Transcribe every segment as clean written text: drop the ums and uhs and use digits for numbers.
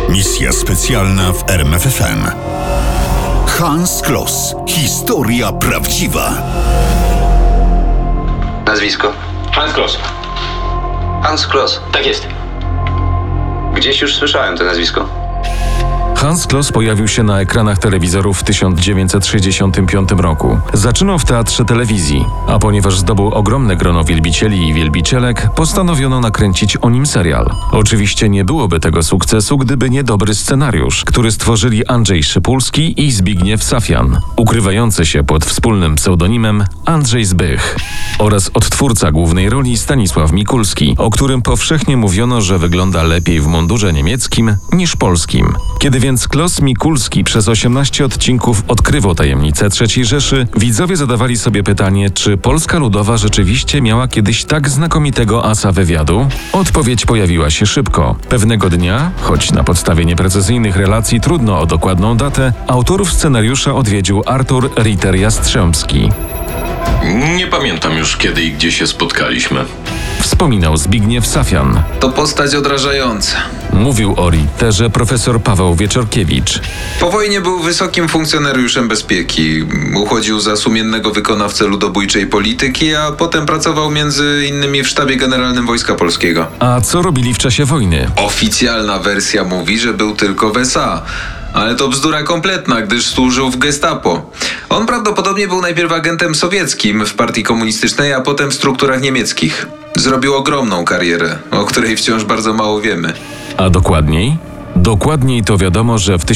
Misja specjalna w RMFFM. Hans Kloss. Historia prawdziwa. Nazwisko? Hans Kloss. Hans Kloss. Tak jest. Gdzieś już słyszałem to nazwisko. Hans Kloss pojawił się na ekranach telewizorów w 1965 roku. Zaczynał w teatrze telewizji, a ponieważ zdobył ogromne grono wielbicieli i wielbicielek, postanowiono nakręcić o nim serial. Oczywiście nie byłoby tego sukcesu, gdyby nie dobry scenariusz, który stworzyli Andrzej Szypulski i Zbigniew Safian, ukrywający się pod wspólnym pseudonimem Andrzej Zbych, oraz odtwórca głównej roli Stanisław Mikulski, o którym powszechnie mówiono, że wygląda lepiej w mundurze niemieckim niż polskim. Kiedy więc Kloss Mikulski przez 18 odcinków odkrywał tajemnicę III Rzeszy, widzowie zadawali sobie pytanie, czy Polska Ludowa rzeczywiście miała kiedyś tak znakomitego asa wywiadu? Odpowiedź pojawiła się szybko. Pewnego dnia, choć na podstawie nieprecyzyjnych relacji trudno o dokładną datę, autorów scenariusza odwiedził Artur Ritter-Jastrzębski. Nie pamiętam już, kiedy i gdzie się spotkaliśmy. Wspominał Zbigniew Safian. To postać odrażająca. Mówił o Ritterze profesor Paweł Wieczorkiewicz. Po wojnie był wysokim funkcjonariuszem bezpieki. Uchodził za sumiennego wykonawcę ludobójczej polityki, a potem pracował między innymi w Sztabie Generalnym Wojska Polskiego. A co robili w czasie wojny? Oficjalna wersja mówi, że był tylko w SA. Ale to bzdura kompletna, gdyż służył w Gestapo. On prawdopodobnie był najpierw agentem sowieckim w partii komunistycznej, a potem w strukturach niemieckich. Zrobił ogromną karierę, o której wciąż bardzo mało wiemy. A dokładniej? Dokładniej to wiadomo, że w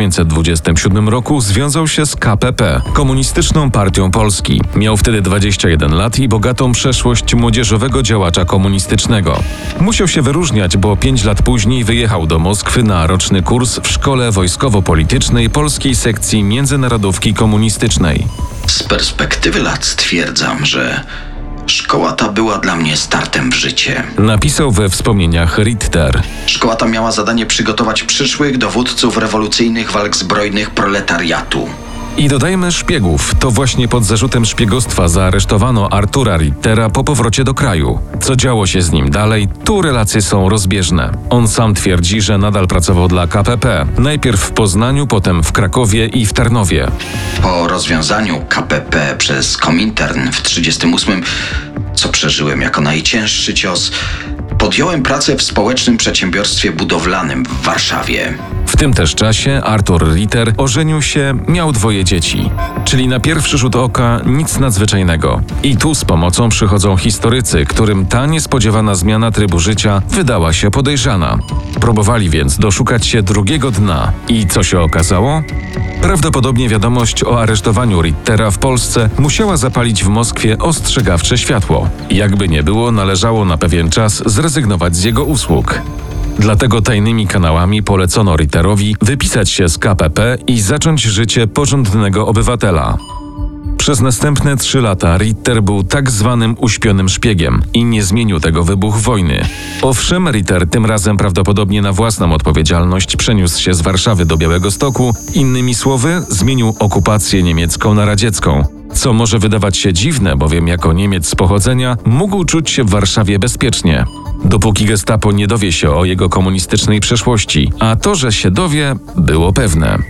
1927 roku związał się z KPP, Komunistyczną Partią Polski. Miał wtedy 21 lat i bogatą przeszłość młodzieżowego działacza komunistycznego. Musiał się wyróżniać, bo 5 lat później wyjechał do Moskwy na roczny kurs w Szkole Wojskowo-Politycznej Polskiej Sekcji Międzynarodówki Komunistycznej. Z perspektywy lat stwierdzam, że szkoła ta była dla mnie startem w życie. Napisał we wspomnieniach Ritter. Szkoła ta miała zadanie przygotować przyszłych dowódców rewolucyjnych walk zbrojnych proletariatu. I dodajmy szpiegów. To właśnie pod zarzutem szpiegostwa zaaresztowano Artura Rittera po powrocie do kraju. Co działo się z nim dalej, tu relacje są rozbieżne. On sam twierdzi, że nadal pracował dla KPP. Najpierw w Poznaniu, potem w Krakowie i w Tarnowie. Po rozwiązaniu KPP przez Komintern w 1938, co przeżyłem jako najcięższy cios, podjąłem pracę w społecznym przedsiębiorstwie budowlanym w Warszawie. W tym też czasie Artur Ritter ożenił się, miał 2 dzieci. Czyli na pierwszy rzut oka nic nadzwyczajnego. I tu z pomocą przychodzą historycy, którym ta niespodziewana zmiana trybu życia wydała się podejrzana. Próbowali więc doszukać się drugiego dna. I co się okazało? Prawdopodobnie wiadomość o aresztowaniu Rittera w Polsce musiała zapalić w Moskwie ostrzegawcze światło. Jakby nie było, należało na pewien czas zrezygnować z jego usług. Dlatego tajnymi kanałami polecono Ritterowi wypisać się z KPP i zacząć życie porządnego obywatela. Przez następne 3 lata Ritter był tak zwanym uśpionym szpiegiem i nie zmienił tego wybuch wojny. Owszem, Ritter tym razem prawdopodobnie na własną odpowiedzialność przeniósł się z Warszawy do Białegostoku, innymi słowy zmienił okupację niemiecką na radziecką. Co może wydawać się dziwne, bowiem jako Niemiec z pochodzenia mógł czuć się w Warszawie bezpiecznie. Dopóki Gestapo nie dowie się o jego komunistycznej przeszłości, a to, że się dowie, było pewne.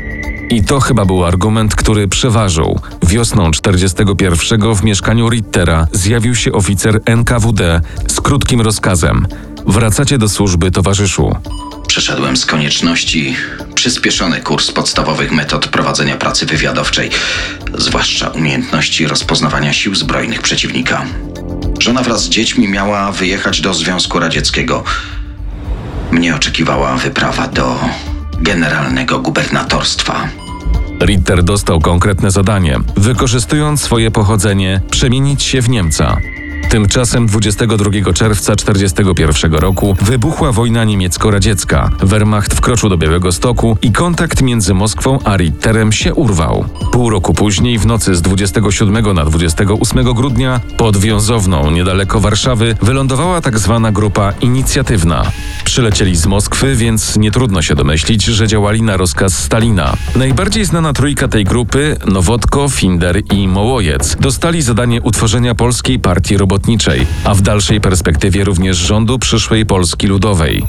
I to chyba był argument, który przeważył. Wiosną 1941 w mieszkaniu Rittera zjawił się oficer NKWD z krótkim rozkazem: wracacie do służby, towarzyszu. Przeszedłem z konieczności przyspieszony kurs podstawowych metod prowadzenia pracy wywiadowczej, zwłaszcza umiejętności rozpoznawania sił zbrojnych przeciwnika. Żona wraz z dziećmi miała wyjechać do Związku Radzieckiego. Mnie oczekiwała wyprawa do generalnego gubernatorstwa. Ritter dostał konkretne zadanie, wykorzystując swoje pochodzenie, przemienić się w Niemca. Tymczasem 22 czerwca 1941 roku wybuchła wojna niemiecko-radziecka. Wehrmacht wkroczył do Białegostoku i kontakt między Moskwą a Ritterem się urwał. Pół roku później, w nocy z 27 na 28 grudnia, pod Wiązowną, niedaleko Warszawy, wylądowała tzw. grupa inicjatywna. Przylecieli z Moskwy, więc nie trudno się domyślić, że działali na rozkaz Stalina. Najbardziej znana trójka tej grupy, Nowotko, Finder i Mołojec, dostali zadanie utworzenia Polskiej Partii Robotniczej, a w dalszej perspektywie również rządu przyszłej Polski Ludowej.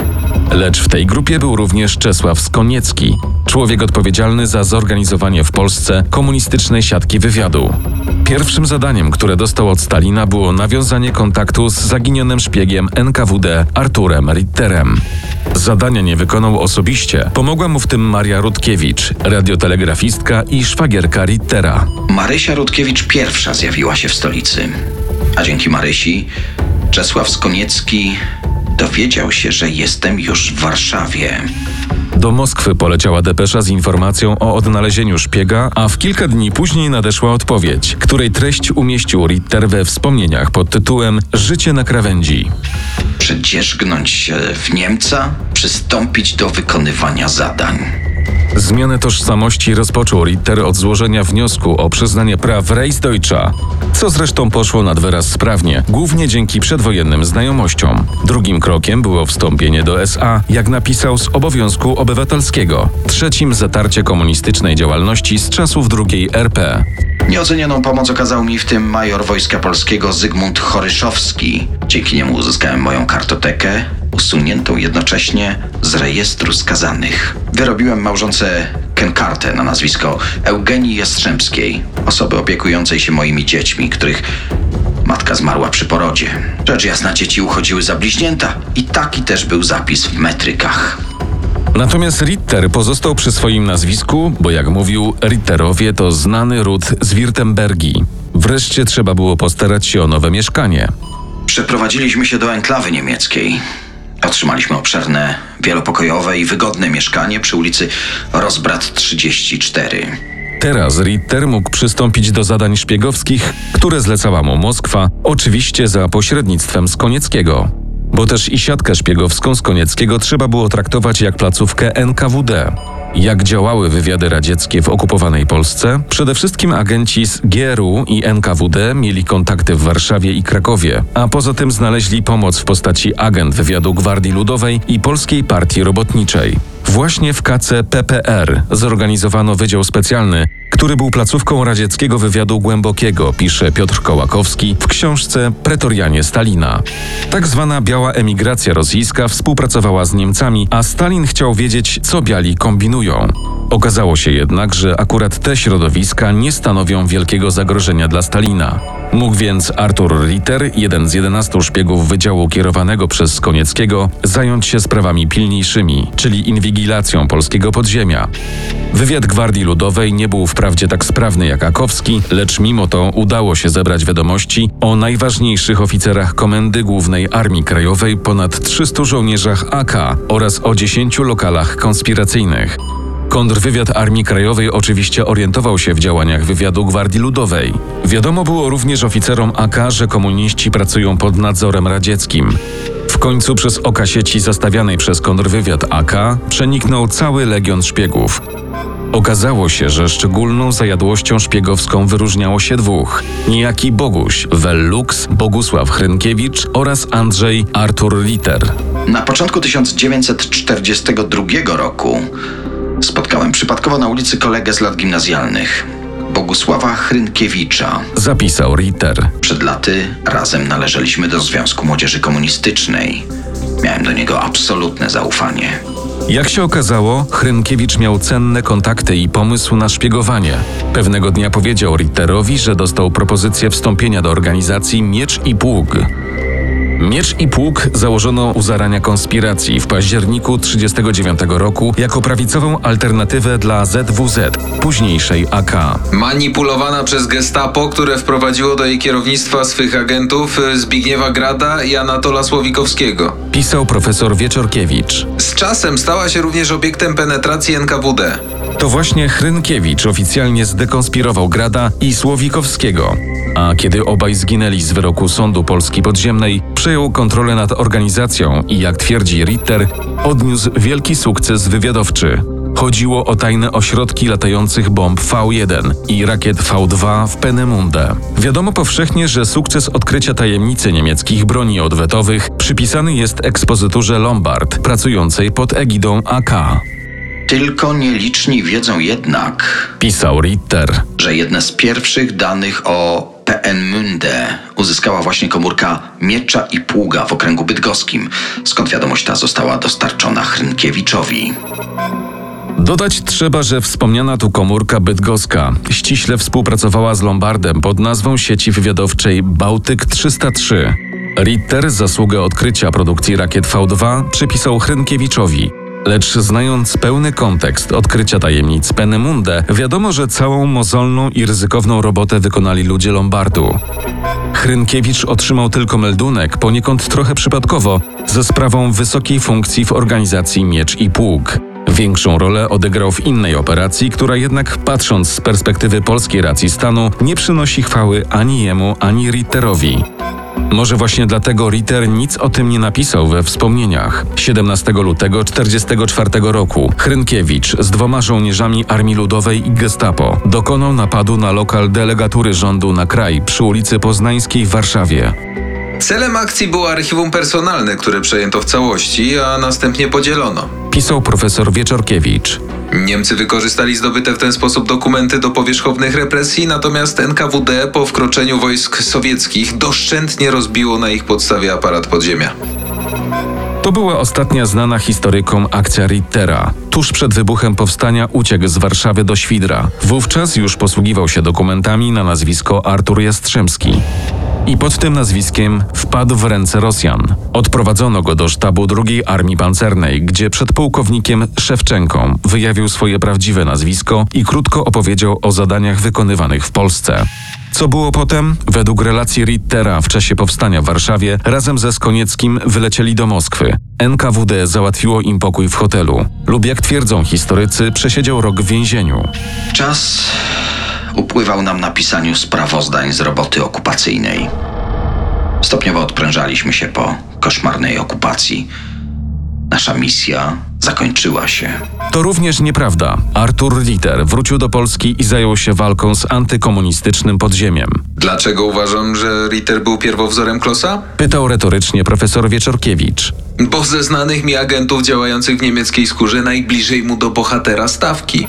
Lecz w tej grupie był również Czesław Skoniecki, człowiek odpowiedzialny za zorganizowanie w Polsce komunistycznej siatki wywiadu. Pierwszym zadaniem, które dostał od Stalina, było nawiązanie kontaktu z zaginionym szpiegiem NKWD Arturem Ritterem. Zadania nie wykonał osobiście, pomogła mu w tym Maria Rutkiewicz, radiotelegrafistka i szwagierka Rittera. Marysia Rutkiewicz pierwsza zjawiła się w stolicy, a dzięki Marysi Czesław Skoniecki dowiedział się, że jestem już w Warszawie. Do Moskwy poleciała depesza z informacją o odnalezieniu szpiega, a w kilka dni później nadeszła odpowiedź, której treść umieścił Ritter we wspomnieniach pod tytułem „Życie na krawędzi”. Przedzierzgnąć się w Niemca, przystąpić do wykonywania zadań. Zmianę tożsamości rozpoczął Ritter od złożenia wniosku o przyznanie praw Reichsdeutscha, co zresztą poszło nad wyraz sprawnie, głównie dzięki przedwojennym znajomościom. Drugim krokiem było wstąpienie do SA, jak napisał, z obowiązku obywatelskiego, trzecim zatarcie komunistycznej działalności z czasów II RP. Nieocenioną pomoc okazał mi w tym major Wojska Polskiego Zygmunt Choryszowski. Dzięki niemu uzyskałem moją kartotekę, usuniętą jednocześnie z rejestru skazanych. Wyrobiłem małżonce kenkartę na nazwisko Eugenii Jastrzębskiej, osoby opiekującej się moimi dziećmi, których matka zmarła przy porodzie. Rzecz jasna, dzieci uchodziły za bliźnięta i taki też był zapis w metrykach. Natomiast Ritter pozostał przy swoim nazwisku, bo jak mówił, Ritterowie to znany ród z Wirtembergi. Wreszcie trzeba było postarać się o nowe mieszkanie. Przeprowadziliśmy się do enklawy niemieckiej. Otrzymaliśmy obszerne, wielopokojowe i wygodne mieszkanie przy ulicy Rozbrat 34. Teraz Ritter mógł przystąpić do zadań szpiegowskich, które zlecała mu Moskwa, oczywiście za pośrednictwem Skonieckiego. Bo też i siatkę szpiegowską Skonieckiego trzeba było traktować jak placówkę NKWD. Jak działały wywiady radzieckie w okupowanej Polsce? Przede wszystkim agenci z GRU i NKWD mieli kontakty w Warszawie i Krakowie, a poza tym znaleźli pomoc w postaci agent wywiadu Gwardii Ludowej i Polskiej Partii Robotniczej. Właśnie w KC PPR zorganizowano wydział specjalny, który był placówką radzieckiego wywiadu głębokiego, pisze Piotr Kołakowski w książce Pretorianie Stalina. Tak zwana biała emigracja rosyjska współpracowała z Niemcami, a Stalin chciał wiedzieć, co biali kombinują. Okazało się jednak, że akurat te środowiska nie stanowią wielkiego zagrożenia dla Stalina. Mógł więc Artur Ritter, jeden z 11 szpiegów wydziału kierowanego przez Skonieckiego, zająć się sprawami pilniejszymi, czyli inwigilacją polskiego podziemia. Wywiad Gwardii Ludowej nie był wprawdzie tak sprawny jak Akowski, lecz mimo to udało się zebrać wiadomości o najważniejszych oficerach Komendy Głównej Armii Krajowej, ponad 300 żołnierzach AK oraz o 10 lokalach konspiracyjnych. Kontrwywiad Armii Krajowej oczywiście orientował się w działaniach wywiadu Gwardii Ludowej. Wiadomo było również oficerom AK, że komuniści pracują pod nadzorem radzieckim. W końcu przez oka sieci zastawianej przez kontrwywiad AK przeniknął cały legion szpiegów. Okazało się, że szczególną zajadłością szpiegowską wyróżniało się dwóch. Niejaki Boguś Wellux, Bogusław Hrynkiewicz oraz Andrzej Artur Ritter. Na początku 1942 roku spotkałem przypadkowo na ulicy kolegę z lat gimnazjalnych, Bogusława Hrynkiewicza. Zapisał Ritter. Przed laty razem należeliśmy do Związku Młodzieży Komunistycznej. Miałem do niego absolutne zaufanie. Jak się okazało, Hrynkiewicz miał cenne kontakty i pomysł na szpiegowanie. Pewnego dnia powiedział Ritterowi, że dostał propozycję wstąpienia do organizacji Miecz i Pług. Miecz i Pług założono u zarania konspiracji w październiku 1939 roku jako prawicową alternatywę dla ZWZ, późniejszej AK. Manipulowana przez Gestapo, które wprowadziło do jej kierownictwa swych agentów Zbigniewa Grada i Anatola Słowikowskiego. Pisał profesor Wieczorkiewicz. Z czasem stała się również obiektem penetracji NKWD. To właśnie Hrynkiewicz oficjalnie zdekonspirował Grada i Słowikowskiego, a kiedy obaj zginęli z wyroku Sądu Polski Podziemnej, przejął kontrolę nad organizacją i, jak twierdzi Ritter, odniósł wielki sukces wywiadowczy. Chodziło o tajne ośrodki latających bomb V1 i rakiet V2 w Peenemunde. Wiadomo powszechnie, że sukces odkrycia tajemnicy niemieckich broni odwetowych przypisany jest ekspozyturze Lombard, pracującej pod egidą AK. Tylko nieliczni wiedzą jednak, Pisał Ritter. że jedne z pierwszych danych o Peenemünde uzyskała właśnie komórka Miecza i Pługa w okręgu bydgoskim, skąd wiadomość ta została dostarczona Hrynkiewiczowi. Dodać trzeba, że wspomniana tu komórka bydgoska ściśle współpracowała z Lombardem pod nazwą sieci wywiadowczej Bałtyk 303. Ritter zasługę odkrycia produkcji rakiet V2 przypisał Hrynkiewiczowi. Lecz znając pełny kontekst odkrycia tajemnic Peenemünde, wiadomo, że całą mozolną i ryzykowną robotę wykonali ludzie Lombardu. Hrynkiewicz otrzymał tylko meldunek, poniekąd trochę przypadkowo, ze sprawą wysokiej funkcji w organizacji Miecz i Pług. Większą rolę odegrał w innej operacji, która jednak, patrząc z perspektywy polskiej racji stanu, nie przynosi chwały ani jemu, ani Ritterowi. Może właśnie dlatego Ritter nic o tym nie napisał we wspomnieniach. 17 lutego 1944 roku Hrynkiewicz z 2 żołnierzami Armii Ludowej i Gestapo dokonał napadu na lokal delegatury rządu na kraj przy ulicy Poznańskiej w Warszawie. Celem akcji było archiwum personalne, które przejęto w całości, a następnie podzielono. Pisał profesor Wieczorkiewicz. Niemcy wykorzystali zdobyte w ten sposób dokumenty do powierzchownych represji, natomiast NKWD po wkroczeniu wojsk sowieckich doszczętnie rozbiło na ich podstawie aparat podziemia. To była ostatnia znana historykom akcja Rittera. Tuż przed wybuchem powstania uciekł z Warszawy do Świdra. Wówczas już posługiwał się dokumentami na nazwisko Artur Jastrzębski. I pod tym nazwiskiem wpadł w ręce Rosjan. Odprowadzono go do sztabu II Armii Pancernej, gdzie przed pułkownikiem Szewczenką wyjawił swoje prawdziwe nazwisko i krótko opowiedział o zadaniach wykonywanych w Polsce. Co było potem? Według relacji Rittera w czasie powstania w Warszawie razem ze Skonieckim wylecieli do Moskwy. NKWD załatwiło im pokój w hotelu. Lub jak twierdzą historycy, przesiedział rok w więzieniu. Czas upływał nam na pisaniu sprawozdań z roboty okupacyjnej. Stopniowo odprężaliśmy się po koszmarnej okupacji. Nasza misja zakończyła się. To również nieprawda. Artur Ritter wrócił do Polski i zajął się walką z antykomunistycznym podziemiem. Dlaczego uważam, że Ritter był pierwowzorem Klossa? Pytał retorycznie profesor Wieczorkiewicz. Bo ze znanych mi agentów działających w niemieckiej skórze najbliżej mu do bohatera stawki.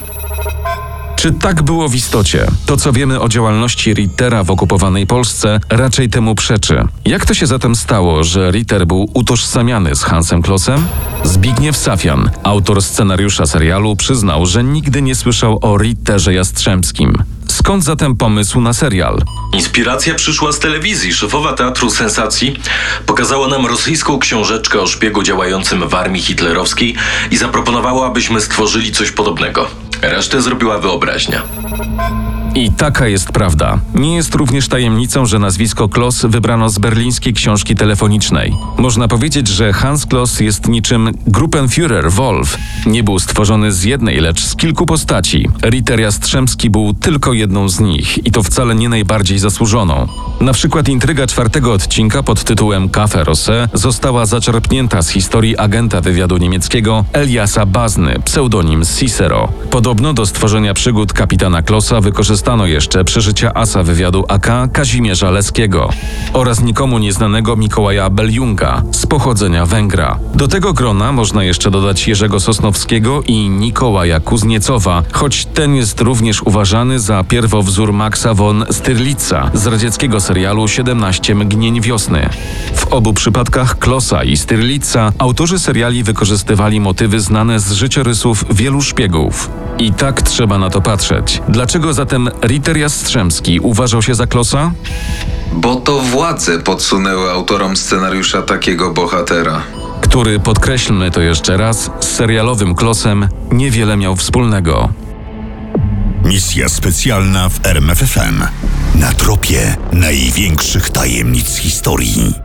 Czy tak było w istocie? To, co wiemy o działalności Rittera w okupowanej Polsce, raczej temu przeczy. Jak to się zatem stało, że Ritter był utożsamiany z Hansem Klossem? Zbigniew Safian, autor scenariusza serialu, przyznał, że nigdy nie słyszał o Ritterze Jastrzębskim. Skąd zatem pomysł na serial? Inspiracja przyszła z telewizji. Szefowa Teatru Sensacji pokazała nam rosyjską książeczkę o szpiegu działającym w armii hitlerowskiej i zaproponowała, abyśmy stworzyli coś podobnego. Resztę zrobiła wyobraźnia. I taka jest prawda. Nie jest również tajemnicą, że nazwisko Kloss wybrano z berlińskiej książki telefonicznej. Można powiedzieć, że Hans Kloss jest niczym Gruppenführer Wolf. Nie był stworzony z jednej, lecz z kilku postaci. Ritter Jastrzębski był tylko jedną z nich i to wcale nie najbardziej zasłużoną. Na przykład intryga 4. odcinka pod tytułem Café Rosé została zaczerpnięta z historii agenta wywiadu niemieckiego Eliasa Bazny, pseudonim Cicero. Podobno do stworzenia przygód kapitana Klossa wykorzystano jeszcze przeżycia asa wywiadu AK Kazimierza Leskiego oraz nikomu nieznanego Mikołaja Beljunga z pochodzenia Węgra. Do tego grona można jeszcze dodać Jerzego Sosnowskiego i Nikołaja Kuzniecowa, choć ten jest również uważany za pierwowzór Maxa von Stirlitza z radzieckiego serialu 17 mgnień wiosny. W obu przypadkach Klossa i Stirlitza autorzy seriali wykorzystywali motywy znane z życiorysów wielu szpiegów. I tak trzeba na to patrzeć. Dlaczego zatem Ritter Jastrzębski uważał się za Klossa? Bo to władze podsunęły autorom scenariusza takiego bohatera. Który, podkreślmy to jeszcze raz, z serialowym Klossem niewiele miał wspólnego. Misja specjalna w RMFFM. Na tropie największych tajemnic historii.